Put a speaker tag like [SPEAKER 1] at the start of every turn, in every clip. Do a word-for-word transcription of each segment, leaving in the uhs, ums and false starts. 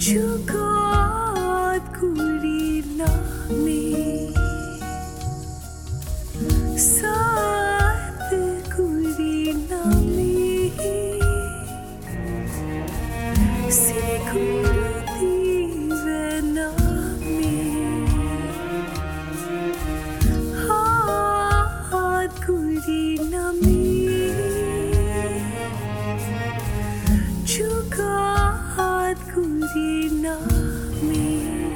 [SPEAKER 1] Jugat kurinami Sat kurinami Sri kurti venami Hat kurinami Jugat kurinami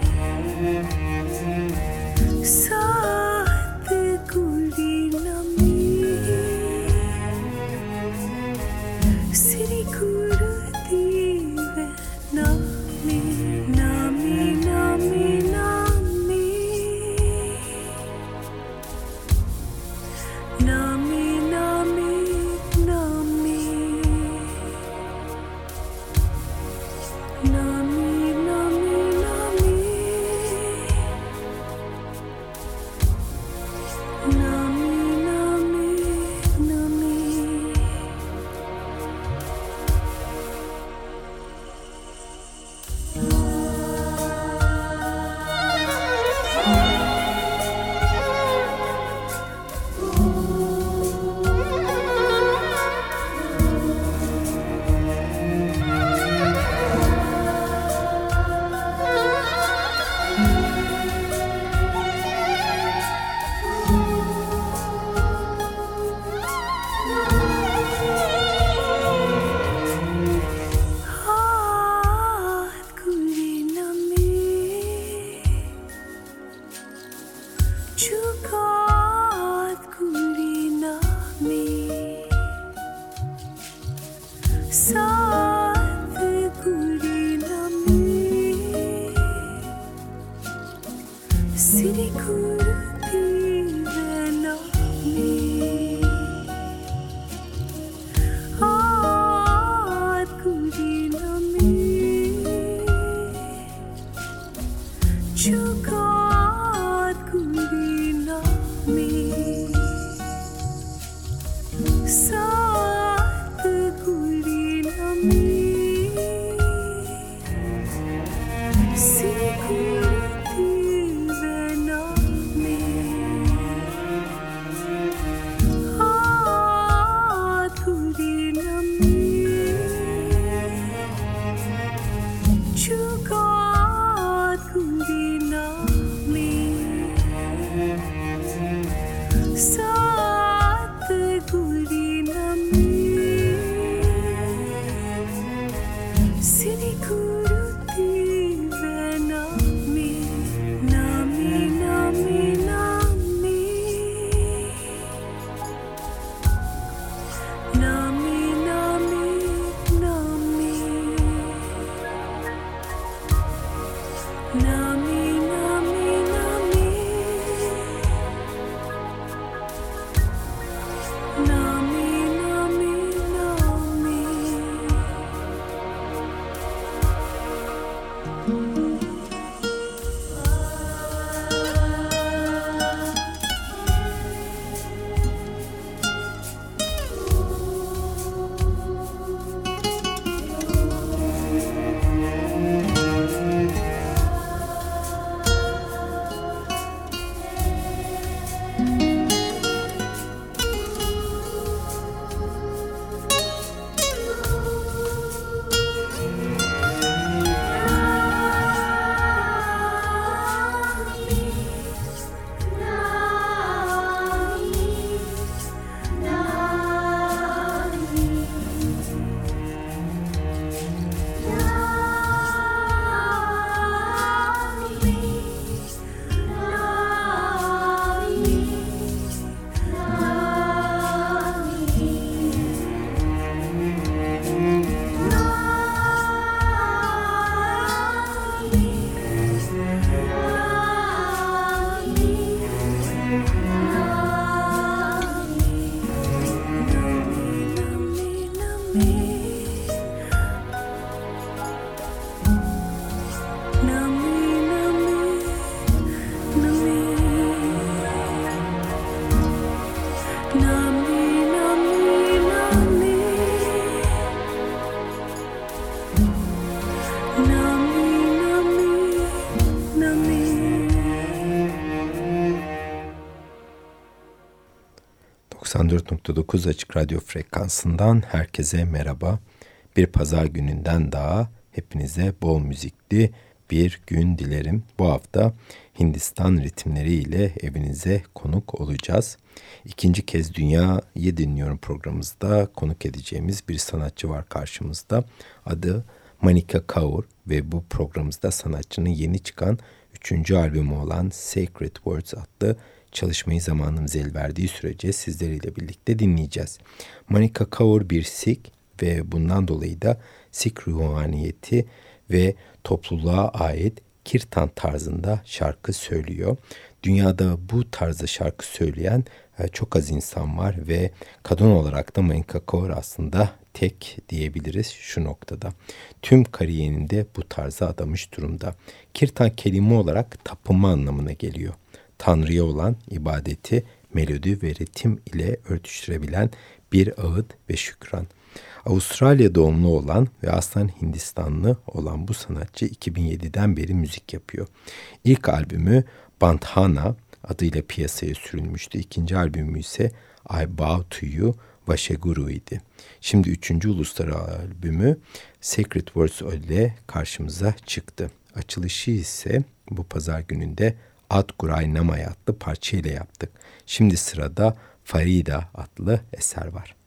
[SPEAKER 1] Sat kurinami Sri kurti venami Nami nami nami Nami nami nami Nami nami nami Nami nami nami Hat kurinami Jugat kurinami Sat kurinami Sri kurti venami Hat kurinami Jugat kurinami Sat kurinami Sri kurti venami Hat kurinami Jugat kurinami Sat kurinami Sri kurti venami Nami nami nami Nami nami nami Nami nami nami Nami nami nami
[SPEAKER 2] doksan dört nokta dokuz Açık Radyo frekansından herkese merhaba. Bir pazar gününden daha hepinize bol müzikli bir gün dilerim. Bu hafta Hindistan ritimleriyle evinize konuk olacağız. İkinci kez Dünyayı Dinliyorum programımızda konuk edeceğimiz bir sanatçı var karşımızda. Adı Manika Kaur ve bu programımızda sanatçının yeni çıkan üçüncü albümü olan Sacred Words adlı çalışmayı zamanımız el verdiği sürece sizleriyle birlikte dinleyeceğiz. Manika Kaur bir Sikh ve bundan dolayı da Sikh ruhaniyeti ve topluluğa ait kirtan tarzında şarkı söylüyor. Dünyada bu tarzda şarkı söyleyen çok az insan var ve kadın olarak da Manika Kaur aslında tek diyebiliriz şu noktada. Tüm kariyerini de bu tarza adamış durumda. Kirtan kelime olarak tapınma anlamına geliyor. Tanrı'ya olan ibadeti melodi ve ritim ile örtüştürebilen bir ağıt ve şükran. Avustralya doğumlu olan ve aslen Hindistanlı olan bu sanatçı iki bin yediden beri müzik yapıyor. İlk albümü Bandhana adıyla piyasaya sürülmüştü. İkinci albümü ise I Bow to You Vasheguru idi. Şimdi üçüncü uluslararası albümü Sacred Words ile karşımıza çıktı. Açılışı ise bu pazar gününde Ad Guray Namay adlı parça ile yaptık. Şimdi sırada Farida adlı eser var.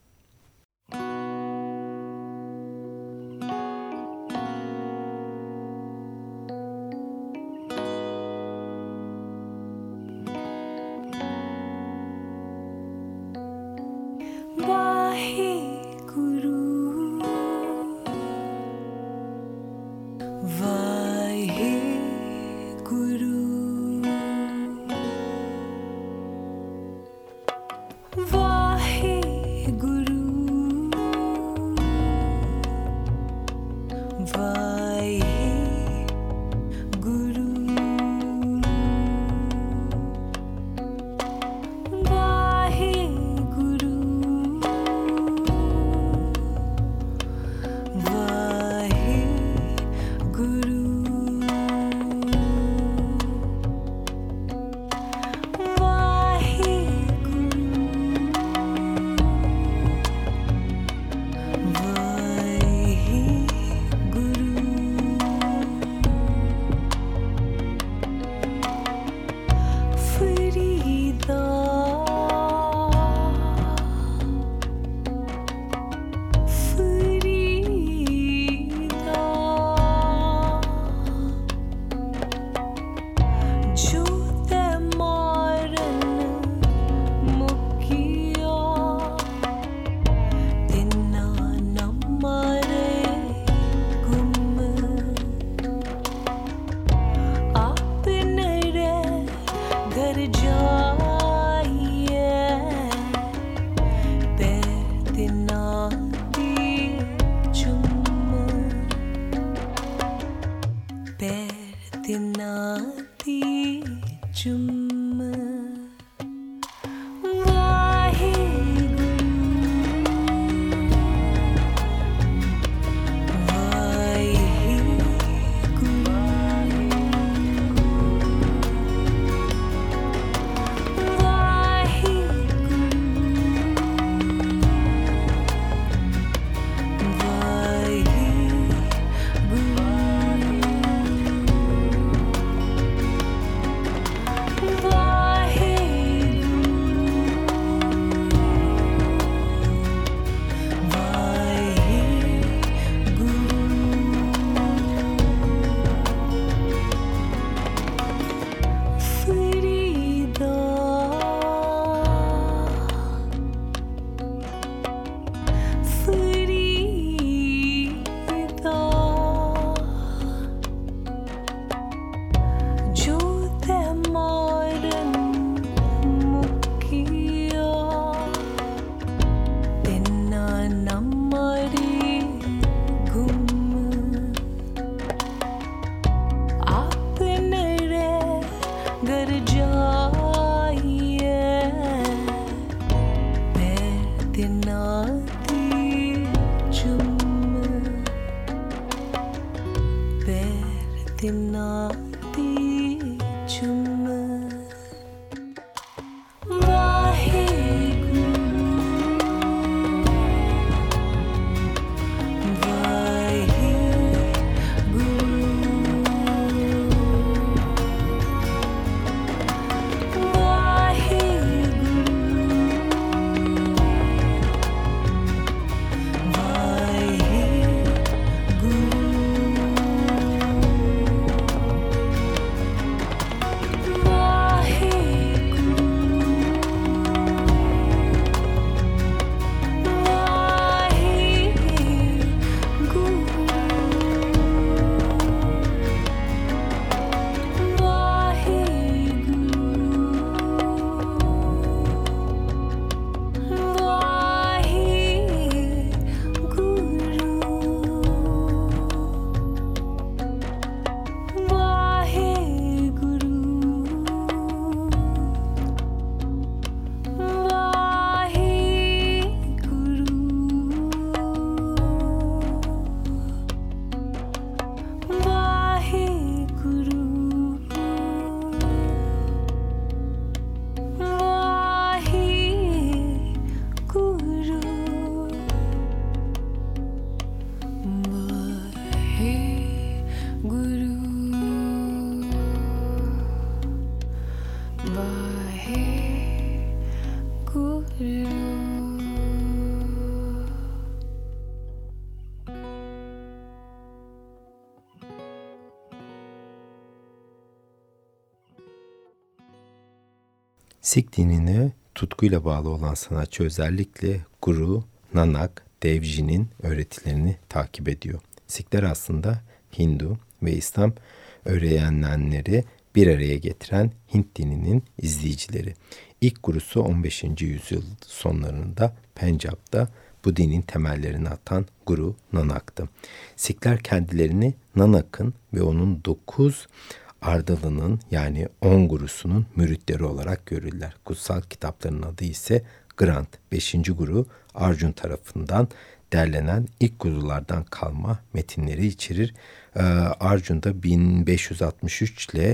[SPEAKER 1] Vaheguru
[SPEAKER 2] Sikh dinine tutkuyla bağlı olan sanatçı özellikle Guru Nanak Dev Ji'nin öğretilerini takip ediyor. Sikhler aslında Hindu ve İslam öğrenenleri bir araya getiren Hint dininin izleyicileri. İlk gurusu on beşinci yüzyıl sonlarında Pencap'ta bu dinin temellerini atan Guru Nanak'tı. Sikhler kendilerini Nanak'ın ve onun dokuz ardılının yani on gurusunun müritleri olarak görürler. Kutsal kitapların adı ise Granth. beşinci guru Arjun tarafından derlenen ilk gurulardan kalma metinleri içerir. Ee, Arjun da bin beş yüz altmış üç ile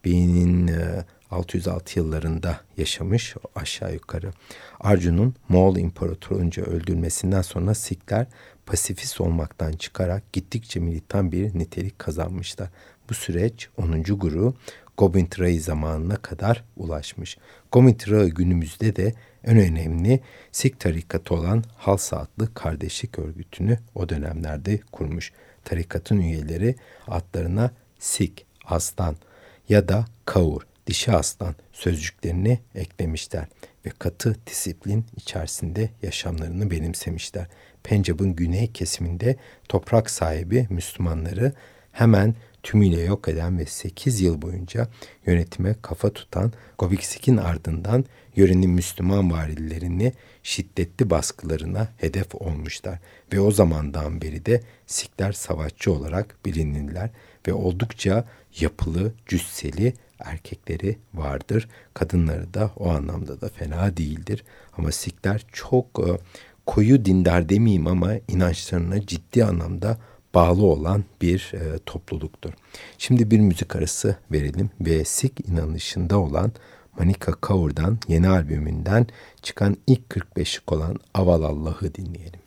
[SPEAKER 2] bin altı yüz altı yıllarında yaşamış aşağı yukarı. Arjun'un Moğol İmparatorunca öldürülmesinden sonra Sikhler pasifist olmaktan çıkarak gittikçe militan bir nitelik kazanmışlar. Bu süreç onuncu guru Gobind Rai zamanına kadar ulaşmış. Gobind Rai günümüzde de en önemli Sikh tarikatı olan Halsa adlı kardeşlik örgütünü o dönemlerde kurmuş. Tarikatın üyeleri adlarına Sikh, aslan ya da Kaur, dişi aslan sözcüklerini eklemişler ve katı disiplin içerisinde yaşamlarını benimsemişler. Pencap'ın güney kesiminde toprak sahibi Müslümanları hemen tümüyle yok eden ve sekiz yıl boyunca yönetime kafa tutan Gobik Sikh'in ardından yörenin Müslüman varilerini şiddetli baskılarına hedef olmuşlar. Ve o zamandan beri de Sikhler savaşçı olarak bilinirler ve oldukça yapılı, cüsseli erkekleri vardır. Kadınları da o anlamda da fena değildir. Ama Sikhler çok e, koyu dindar demeyeyim ama inançlarına ciddi anlamda bağlı olan bir e, topluluktur. Şimdi bir müzik arası verelim ve Sikh inanışında olan Manika Kaur'dan yeni albümünden çıkan ilk kırk beşlik olan Aval Allah'ı dinleyelim.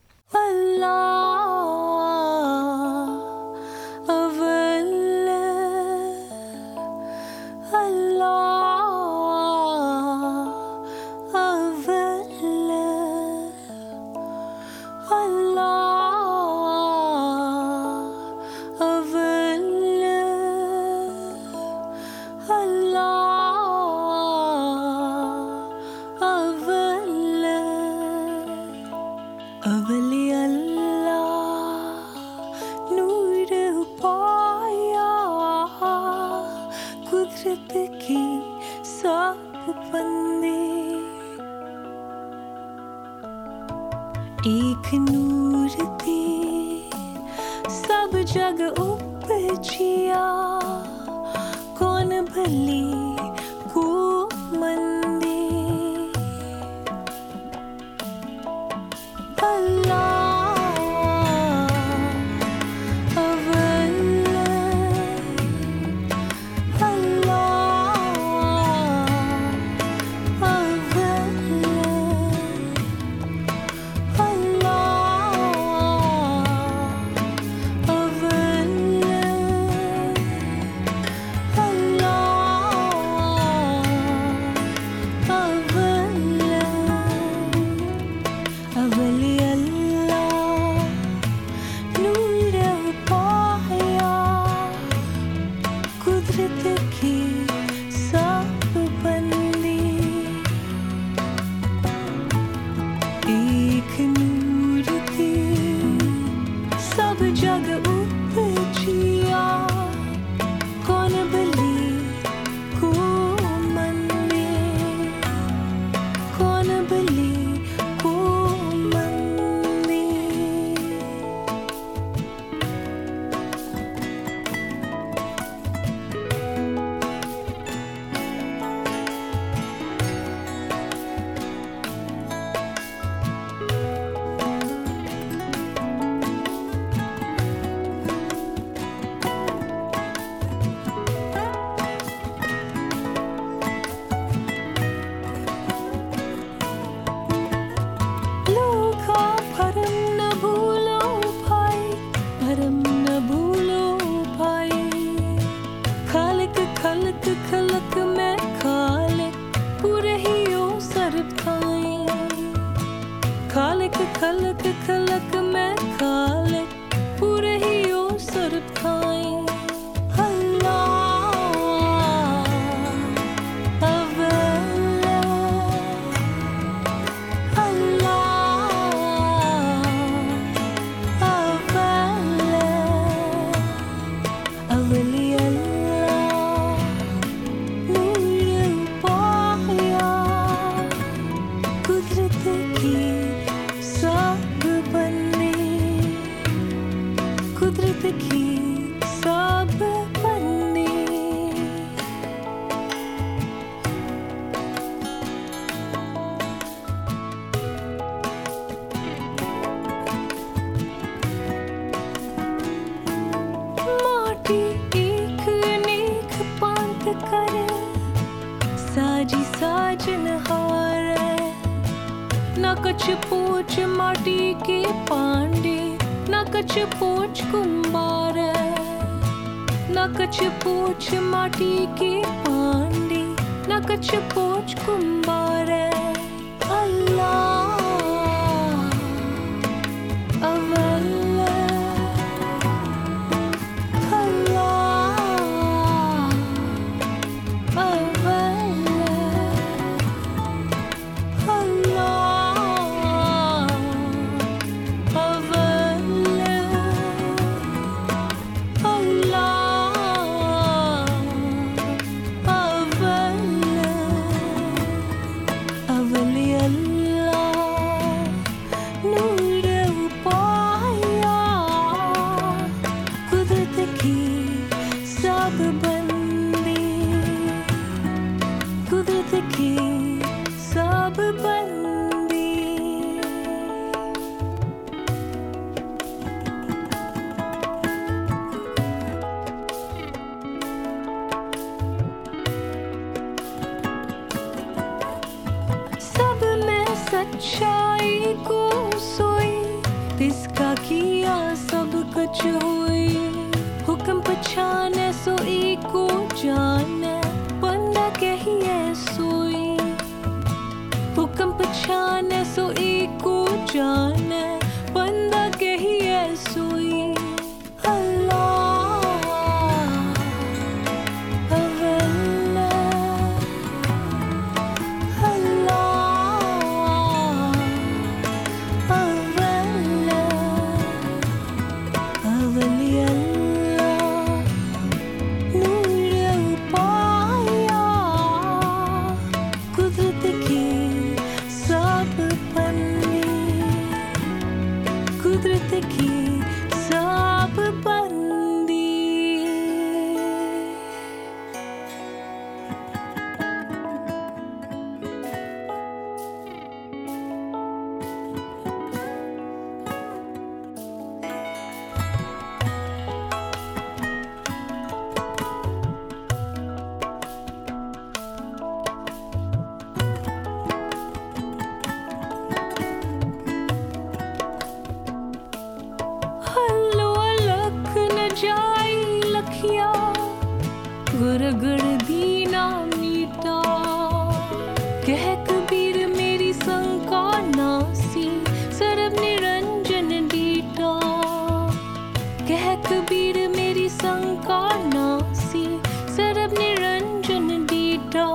[SPEAKER 1] Allah, aval, Allah, aval, Allah. एक नूर दी सब जग उपजिया कौन भली को मंदी अल्लाह कुदरत की सब बंदी माटी एक नेक पांत करे साजी साजन हारे ना कछ पूछ माटी के पांडे ना कछ पूछ कुंभार ना कछ पूछ माटी के पांडे ना कछ पूछ कुंभार अल्लाह अवल सच्चाई को सोई तिसका किया सब कुछ हुई हुक्म पछाने सोई को जाने बंदा कहिए सोई हुक्म पछाने सोई को जाने बंदा कहिए सोई गुरगुड़ दीना मीठा कह कबीर मेरी शंका नासी सरब निरंजन डीटा कह कबीर मेरी शंका नासी सरब निरंजन डीटा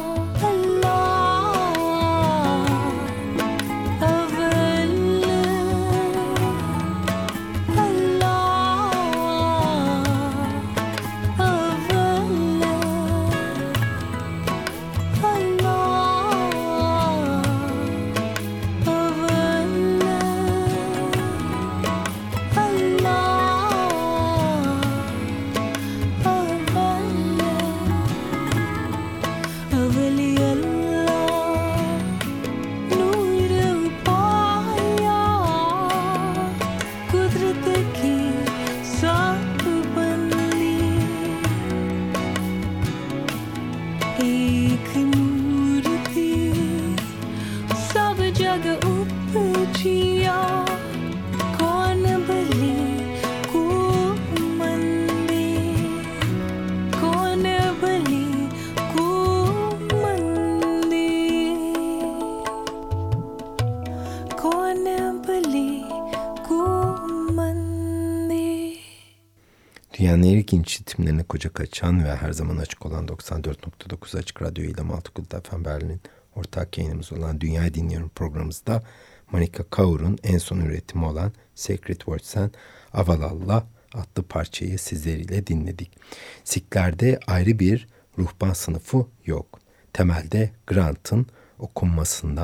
[SPEAKER 2] Dünyanın ilginç ritimlerine kucak açan ve her zaman açık olan doksan dört nokta dokuz Açık Radyo ile Multicult F M Berlin'in ortak yayınımız olan Dünyayı Dinliyorum programımızda Monica Kaur'un en son üretimi olan Sacred Words'ten Avalallah adlı parçayı sizleriyle dinledik. Siklerde ayrı bir ruhban sınıfı yok. Temelde Grant'ın okunmasından,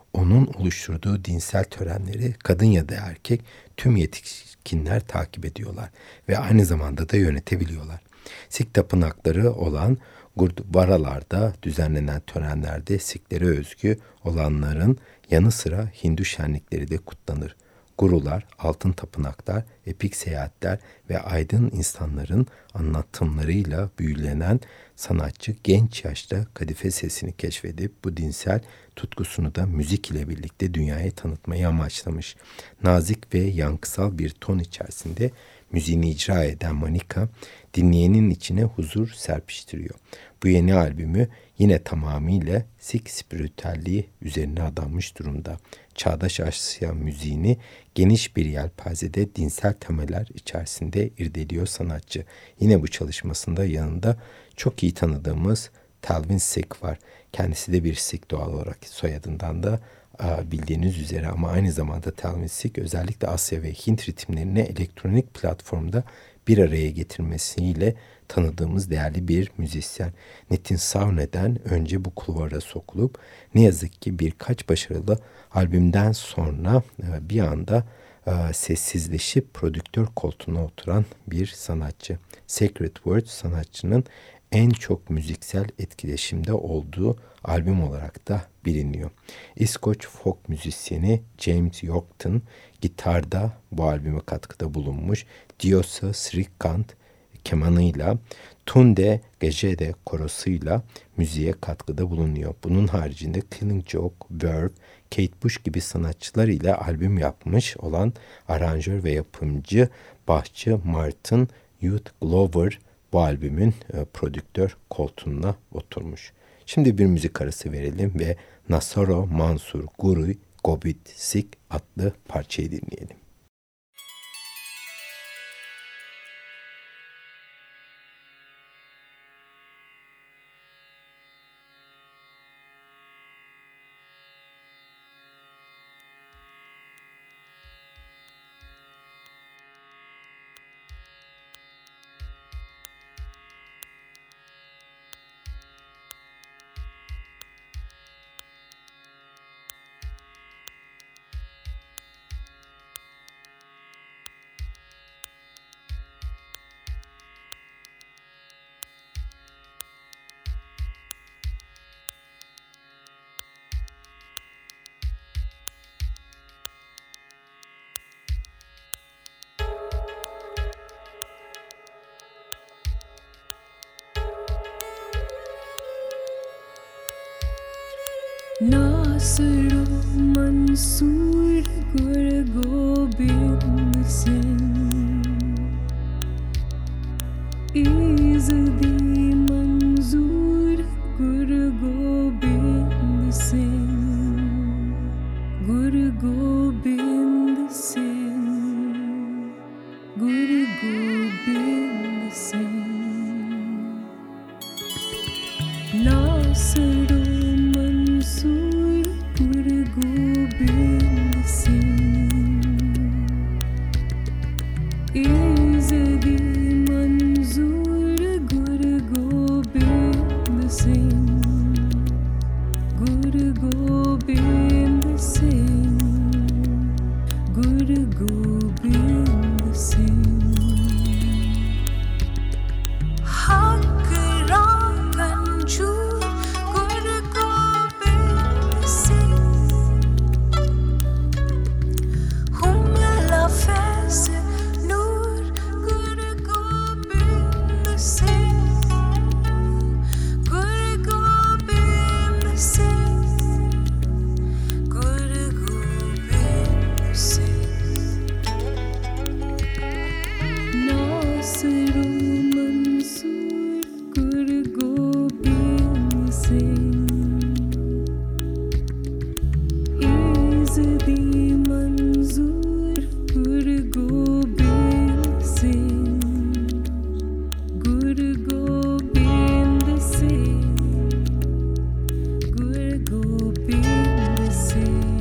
[SPEAKER 2] onun oluşturduğu dinsel törenleri kadın ya da erkek tüm yetişkinler takip ediyorlar ve aynı zamanda da yönetebiliyorlar. Sik tapınakları olan Gurdwaralarda düzenlenen törenlerde Siklere özgü olanların yanı sıra Hindu şenlikleri de kutlanır. Gurular, altın tapınaklar, epik seyahatler ve aydın insanların anlatımlarıyla büyülenen sanatçı genç yaşta kadife sesini keşfedip bu dinsel tutkusunu da müzik ile birlikte dünyaya tanıtmayı amaçlamış. Nazik ve yankısal bir ton içerisinde müziğini icra eden Manika, dinleyenin içine huzur serpiştiriyor. Bu yeni albümü yine tamamıyla Sik spiritüelliği üzerine adanmış durumda. Çağdaş Asya müziğini geniş bir yelpazede dinsel temeller içerisinde irdeliyor sanatçı. Yine bu çalışmasında yanında çok iyi tanıdığımız Talvin Sik var. Kendisi de bir Sik doğal olarak, soyadından da bildiğiniz üzere, ama aynı zamanda Talvin Sik özellikle Asya ve Hint ritimlerini elektronik platformda bir araya getirmesiyle tanıdığımız değerli bir müzisyen. Nitin Savne'den önce bu kulvara sokulup ne yazık ki birkaç başarılı albümden sonra bir anda sessizleşip prodüktör koltuğuna oturan bir sanatçı. Sacred Words sanatçının en çok müziksel etkileşimde olduğu albüm olarak da biliniyor. İskoç folk müzisyeni James Yorkton gitarda bu albüme katkıda bulunmuş. Diosa Srikant kemanıyla, Tunde Gejede korosuyla müziğe katkıda bulunuyor. Bunun haricinde Killing Joke, Verve, Kate Bush gibi sanatçılar ile albüm yapmış olan aranjör ve yapımcı Bahçı Martin Youth Glover bu albümün e, prodüktör koltuğuna oturmuş. Şimdi bir müzik arası verelim ve Nasoro Mansur Guru Gobit Sik adlı parçayı dinleyelim.
[SPEAKER 1] Nasru Mansur Gur Gobind Singh İzdi Manzur Gur Gobind Singh Gur Gobind Singh Gur Gobind Singh Nasru Mansur Gur Gobind Singh İzdi Manzur Gur Gobind Singh Gur Gobind Singh Gur Gobind Singh Hak Ranganjur Gur Gobind Singh Hum Lafez Nur Gur Gobind Singh Gur Gobind Singh Gur Gobind Singh Nasru Mansur Gur Gobind Singh İzdi Manzur Gur Gobind Singh Gur Gobind Singh Gur Gobind Singh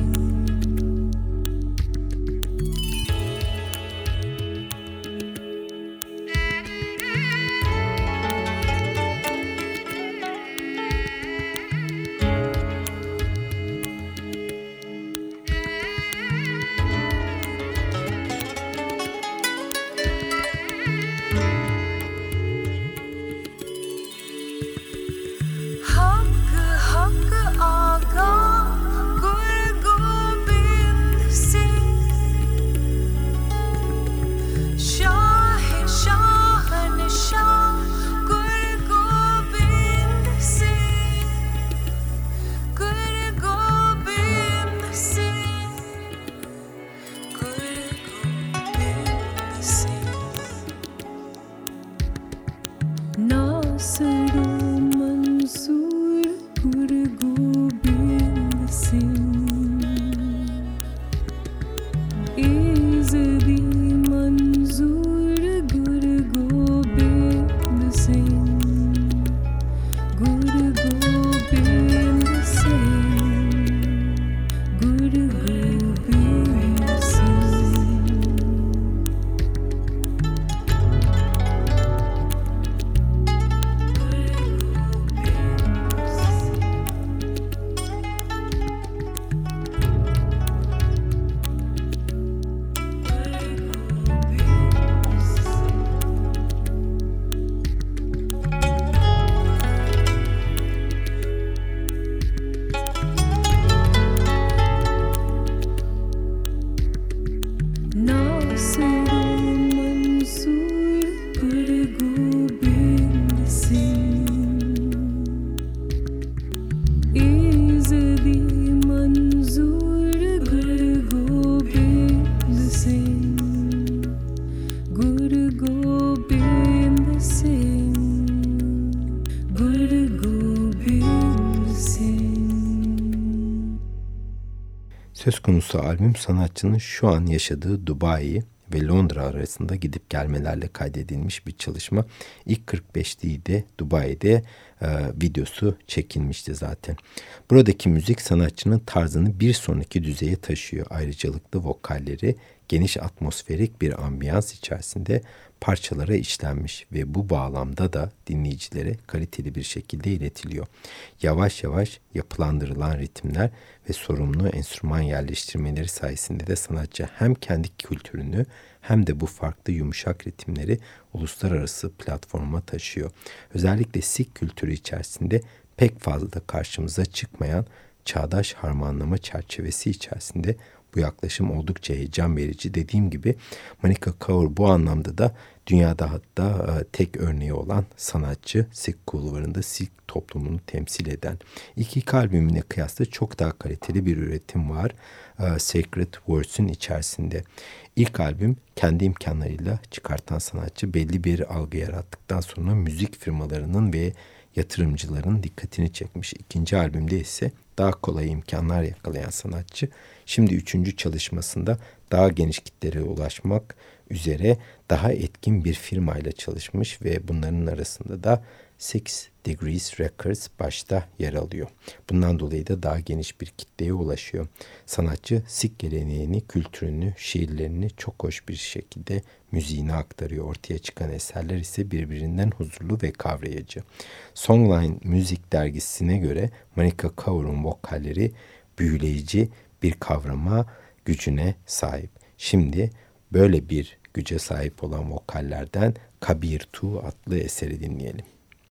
[SPEAKER 2] Söz konusu albüm sanatçının şu an yaşadığı Dubai ve Londra arasında gidip gelmelerle kaydedilmiş bir çalışma. İlk kırk beşliği de Dubai'de e, videosu çekilmişti zaten. Buradaki müzik sanatçının tarzını bir sonraki düzeye taşıyor. Ayrıcalıklı vokalleri geniş atmosferik bir ambiyans içerisinde parçalara işlenmiş ve bu bağlamda da dinleyicilere kaliteli bir şekilde iletiliyor. Yavaş yavaş yapılandırılan ritimler ve sorumlu enstrüman yerleştirmeleri sayesinde de sanatçı hem kendi kültürünü hem de bu farklı yumuşak ritimleri uluslararası platforma taşıyor. Özellikle Sikh kültürü içerisinde pek fazla da karşımıza çıkmayan çağdaş harmanlama çerçevesi içerisinde bu yaklaşım oldukça heyecan verici. Dediğim gibi Manika Kaur bu anlamda da dünyada hatta e, tek örneği olan sanatçı, Sikh kulvarında Sikh toplumunu temsil eden. İlk iki albümüne kıyasla çok daha kaliteli bir üretim var e, Sacred Words'ün içerisinde. İlk albüm kendi imkanlarıyla çıkartan sanatçı belli bir algı yarattıktan sonra müzik firmalarının ve yatırımcıların dikkatini çekmiş. İkinci albümde ise daha kolay imkanlar yakalayan sanatçı şimdi üçüncü çalışmasında daha geniş kitlere ulaşmak üzere daha etkin bir firmayla çalışmış ve bunların arasında da Six Degrees Records başta yer alıyor. Bundan dolayı da daha geniş bir kitleye ulaşıyor. Sanatçı Sikh geleneğini, kültürünü, şiirlerini çok hoş bir şekilde müziğine aktarıyor. Ortaya çıkan eserler ise birbirinden huzurlu ve kavrayıcı. Songline Müzik dergisine göre Manika Kaur'un vokalleri büyüleyici bir kavrama gücüne sahip. Şimdi böyle bir güce sahip olan vokallerden Kabir Tu adlı eseri dinleyelim.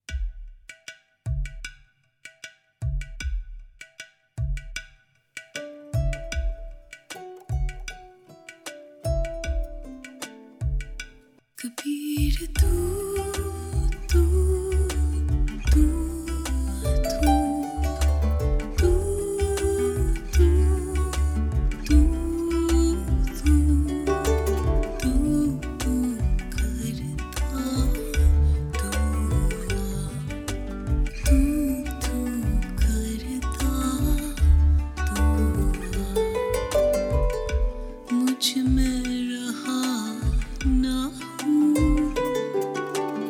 [SPEAKER 1] Kabir tu tu tu tu tu tu tu tu tu karta tu tu tu karta tu मुझ में रहा ना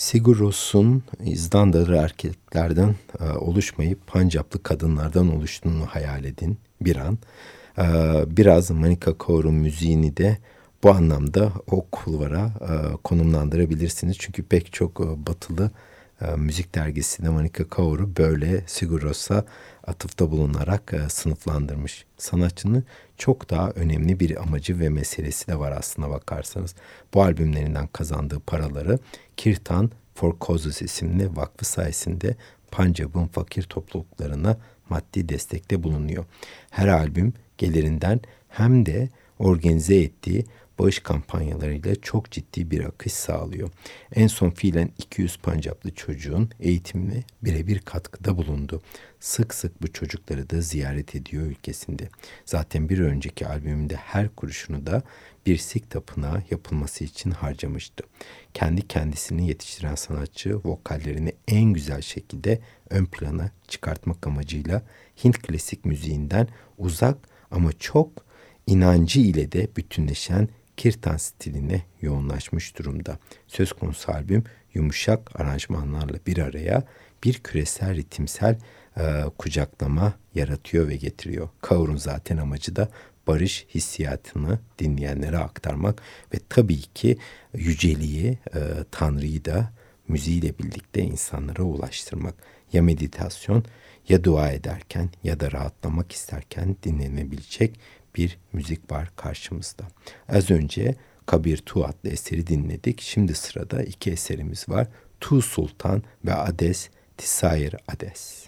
[SPEAKER 2] Sigur Ros'un İzlandalı erkeklerden e, oluşmayıp Pancaplı kadınlardan oluştuğunu hayal edin bir an. E, biraz Manika Kaur'un müziğini de bu anlamda o kulvara e, konumlandırabilirsiniz. Çünkü pek çok e, batılı e, müzik dergisinde Manika Kaur'u böyle Sigur Ros'a atıfta bulunarak e, sınıflandırmış. Sanatçının çok daha önemli bir amacı ve meselesi de var aslına bakarsanız. Bu albümlerinden kazandığı paraları Kirtan for Causes isimli vakfı sayesinde Pancap'ın fakir topluluklarına maddi destekte bulunuyor. Her albüm gelirinden hem de organize ettiği bağış kampanyalarıyla çok ciddi bir akış sağlıyor. En son fiilen iki yüz Pancaplı çocuğun eğitimine birebir katkıda bulundu. Sık sık bu çocukları da ziyaret ediyor ülkesinde. Zaten bir önceki albümünde her kuruşunu da bir Sikh tapınağı yapılması için harcamıştı. Kendi kendisini yetiştiren sanatçı vokallerini en güzel şekilde ön plana çıkartmak amacıyla Hint klasik müziğinden uzak ama çok inancı ile de bütünleşen Kirtan stiline yoğunlaşmış durumda. Söz konusu albüm yumuşak aranjmanlarla bir araya bir küresel ritimsel e, kucaklama yaratıyor ve getiriyor. Kaur'un zaten amacı da barış hissiyatını dinleyenlere aktarmak ve tabii ki yüceliği, e, Tanrı'yı da müziğiyle birlikte insanlara ulaştırmak. Ya meditasyon ya dua ederken ya da rahatlamak isterken dinlenebilecek bir müzik var karşımızda. Az önce Kabir Tu adlı eseri dinledik. Şimdi sırada iki eserimiz var. Tu Sultan ve Ades Tisayir Ades.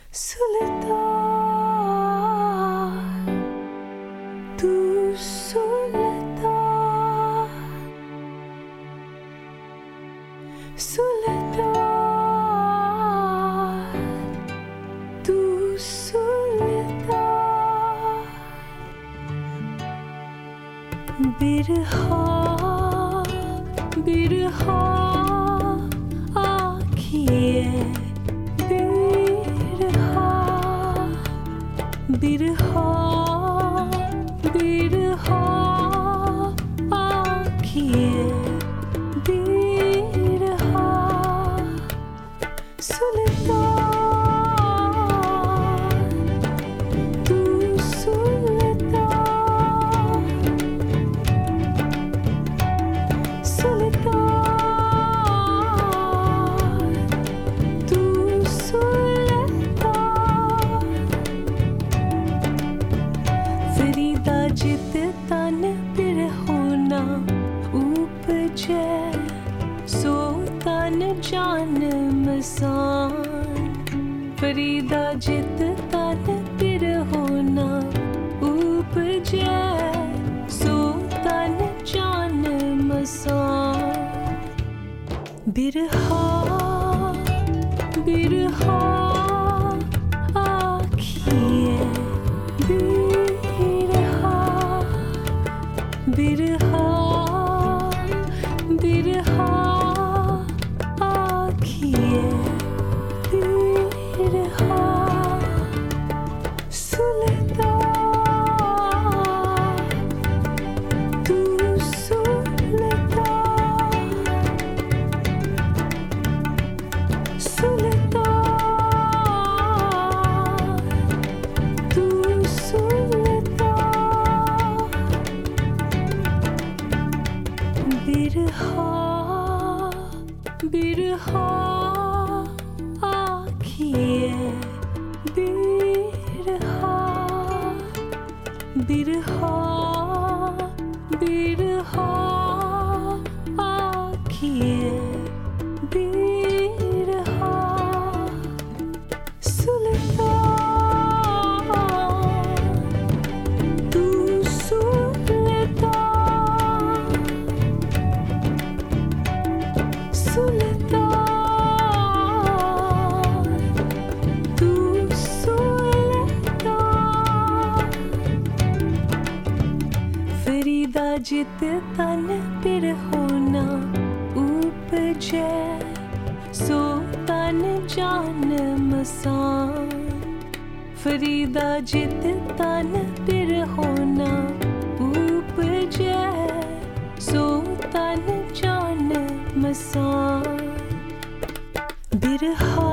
[SPEAKER 1] Sultan, tu Sultan, Sultan, tu Sultan, bir ha, bir ha, akiye. Bir ha, bir ha, bir ha, akiye, bir ha, Sultan, tu Sultan, Sultan. जान मसान फरीदा जित तन पिर होना उपजे सो तन जान मसान बिरहा बिरहा आखिए बिरहा बिरहा बिरहा जित तन पिर होना उपजे सो तन जान मसान फरीदा जित तन पिर होना उपजे सो तन जान मसान बिरहा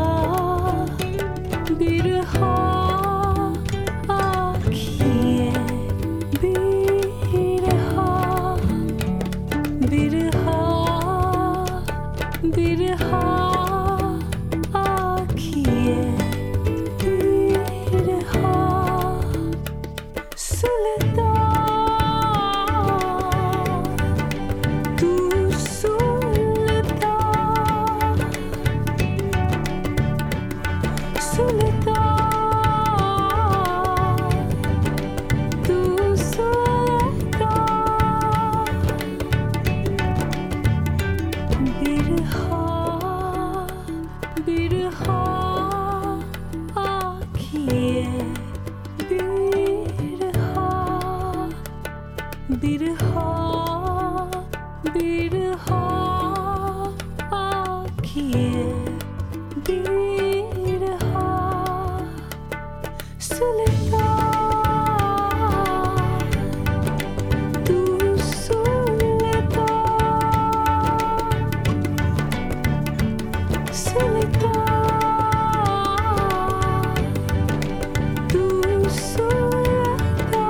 [SPEAKER 1] बिरहा आँखिए बिरहा बिरहा बिरहा आँखिए बिरहा सुलता तू सुलता सुलता तू सुलता बिरहा बिरहा आँखिए बिरहा बिरहा बिरहा आँखिए बिरहा सुलता तू सुलता सुलता तू सुलता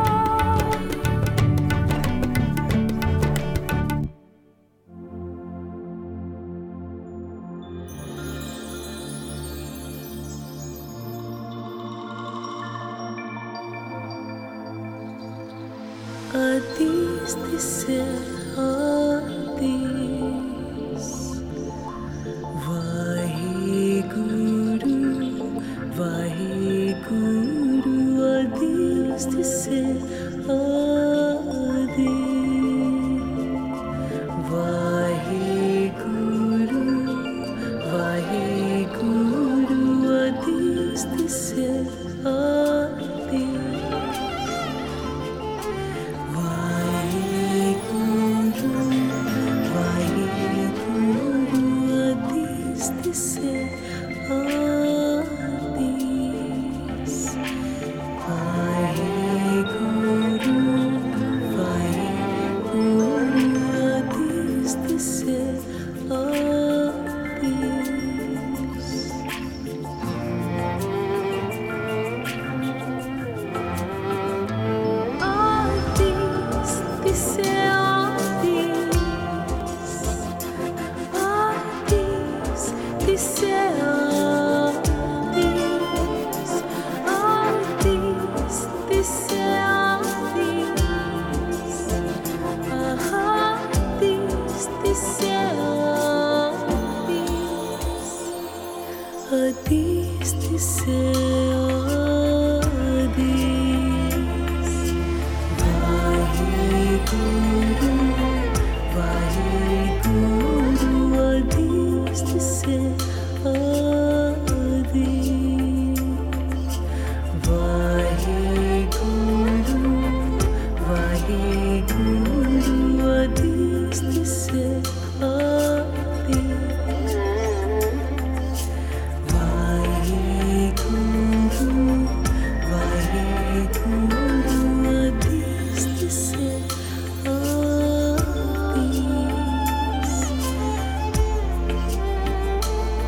[SPEAKER 1] Adis dise Adis Vaheguru Vaheguru Adis dise Adis Vaheguru Vaheguru Adis dise Adis Adis dise Adis Vaheguru Vaheguru Adis dise Adis Vaheguru Vaheguru Adis dise Adis Vaheguru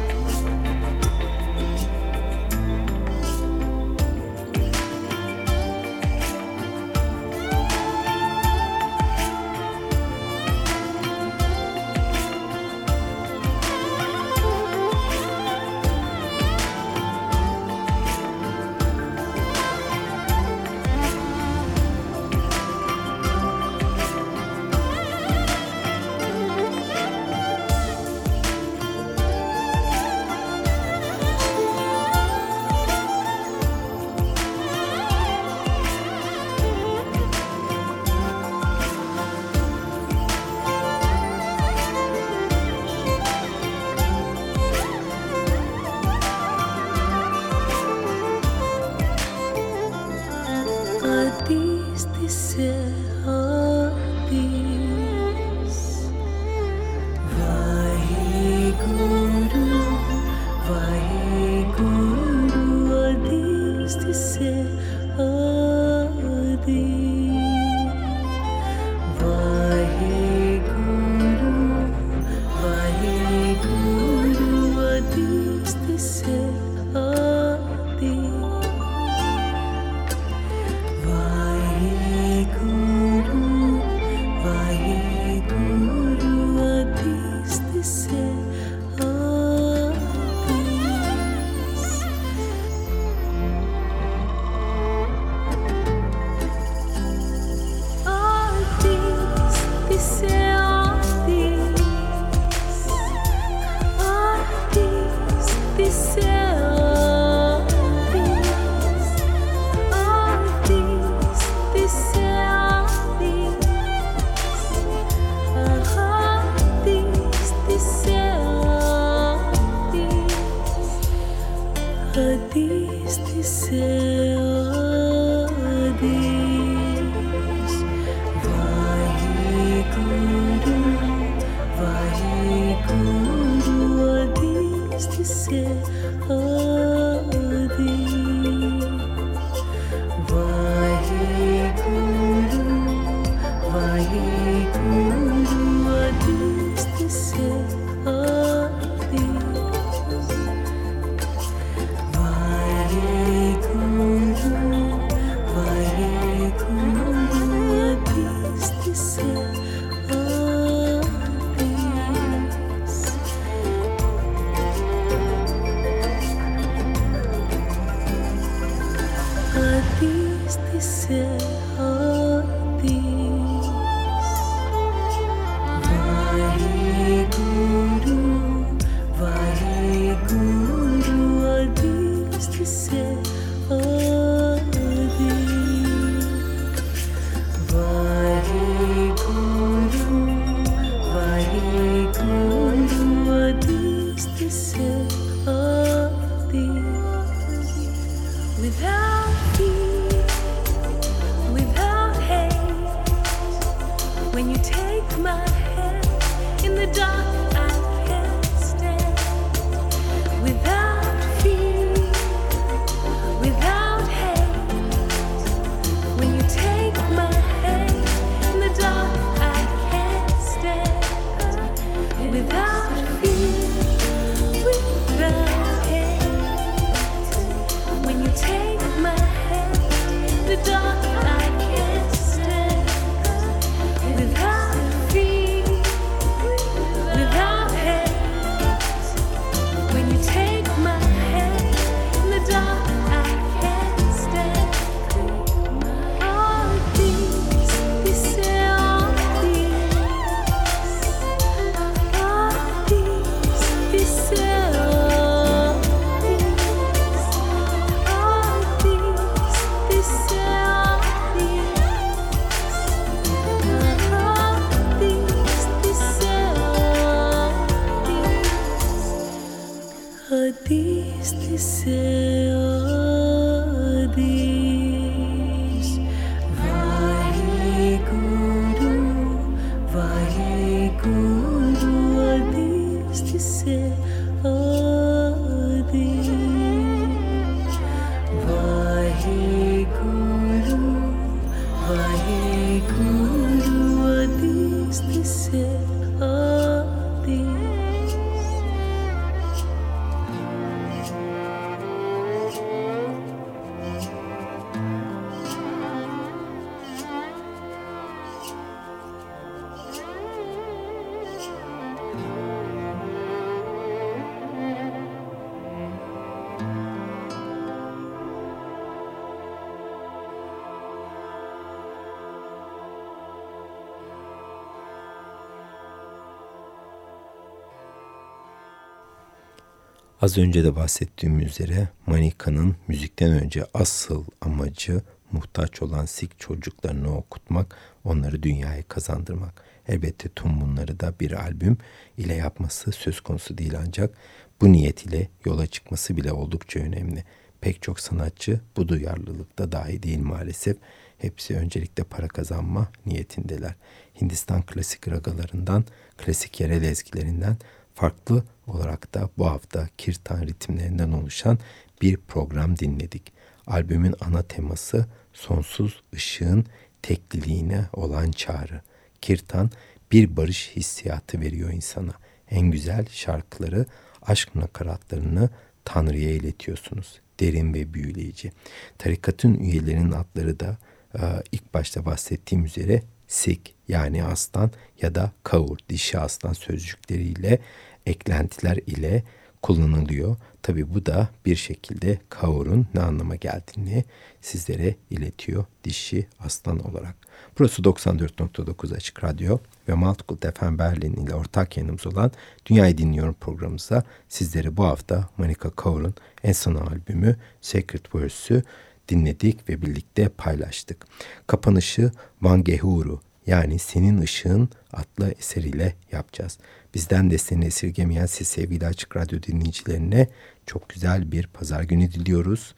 [SPEAKER 2] Az önce de bahsettiğim üzere Manika'nın müzikten önce asıl amacı muhtaç olan Sikh çocuklarını okutmak, onları dünyaya kazandırmak. Elbette tüm bunları da bir albüm ile yapması söz konusu değil, ancak bu niyet ile yola çıkması bile oldukça önemli. Pek çok sanatçı bu duyarlılıkta dahi değil maalesef. Hepsi öncelikle para kazanma niyetindeler. Hindistan klasik ragalarından, klasik yerel ezgilerinden farklı olarak da bu hafta kirtan ritimlerinden oluşan bir program dinledik. Albümün ana teması sonsuz ışığın tekliliğine olan çağrı. Kirtan bir barış hissiyatı veriyor insana. En güzel şarkıları, aşk nakaratlarını Tanrı'ya iletiyorsunuz. Derin ve büyüleyici. Tarikatın üyelerinin adları da ilk başta bahsettiğim üzere Sikh yani aslan ya da kaur dişi aslan sözcükleriyle eklentiler ile kullanılıyor. Tabi bu da bir şekilde kaurun ne anlama geldiğini sizlere iletiyor dişi aslan olarak. Burası doksan dört nokta dokuz Açık Radyo ve Multicult F M Berlin ile ortak yayınımız olan Dünyayı Dinliyorum programımıza sizlere bu hafta Manika Kaur'un en son albümü Sacred Verse'ü dinledik ve birlikte paylaştık. Kapanışı Vangehuru yani Senin Işığın adlı eseriyle yapacağız. Bizden desteğini esirgemeyen siz sevgili Açık Radyo dinleyicilerine çok güzel bir pazar günü diliyoruz.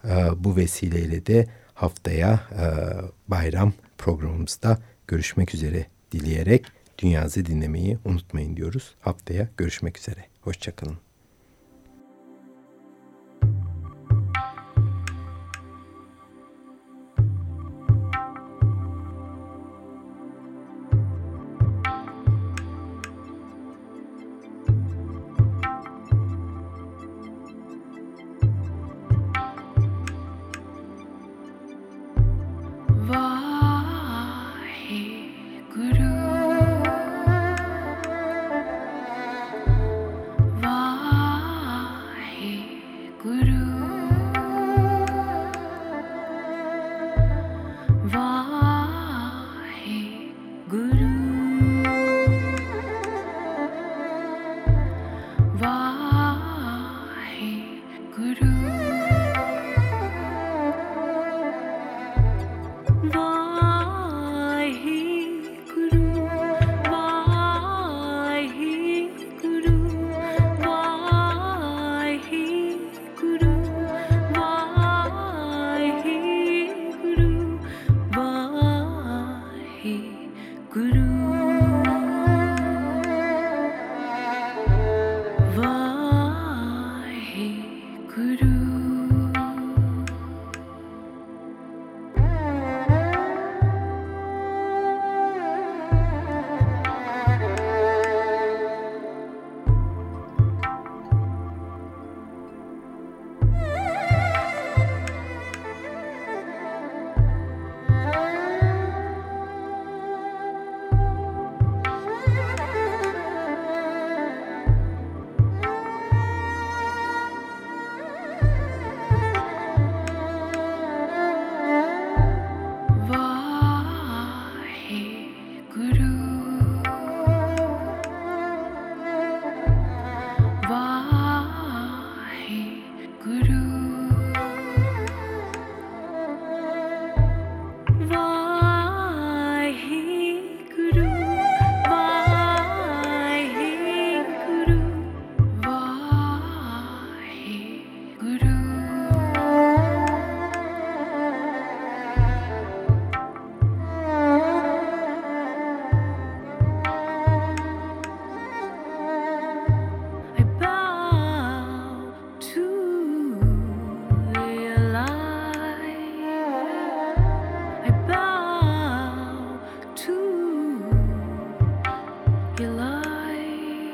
[SPEAKER 2] E, bu vesileyle de haftaya e, bayram programımızda görüşmek üzere dileyerek Dünyazı dinlemeyi unutmayın diyoruz. Haftaya görüşmek üzere. Hoşçakalın.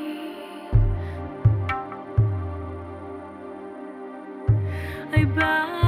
[SPEAKER 1] I bow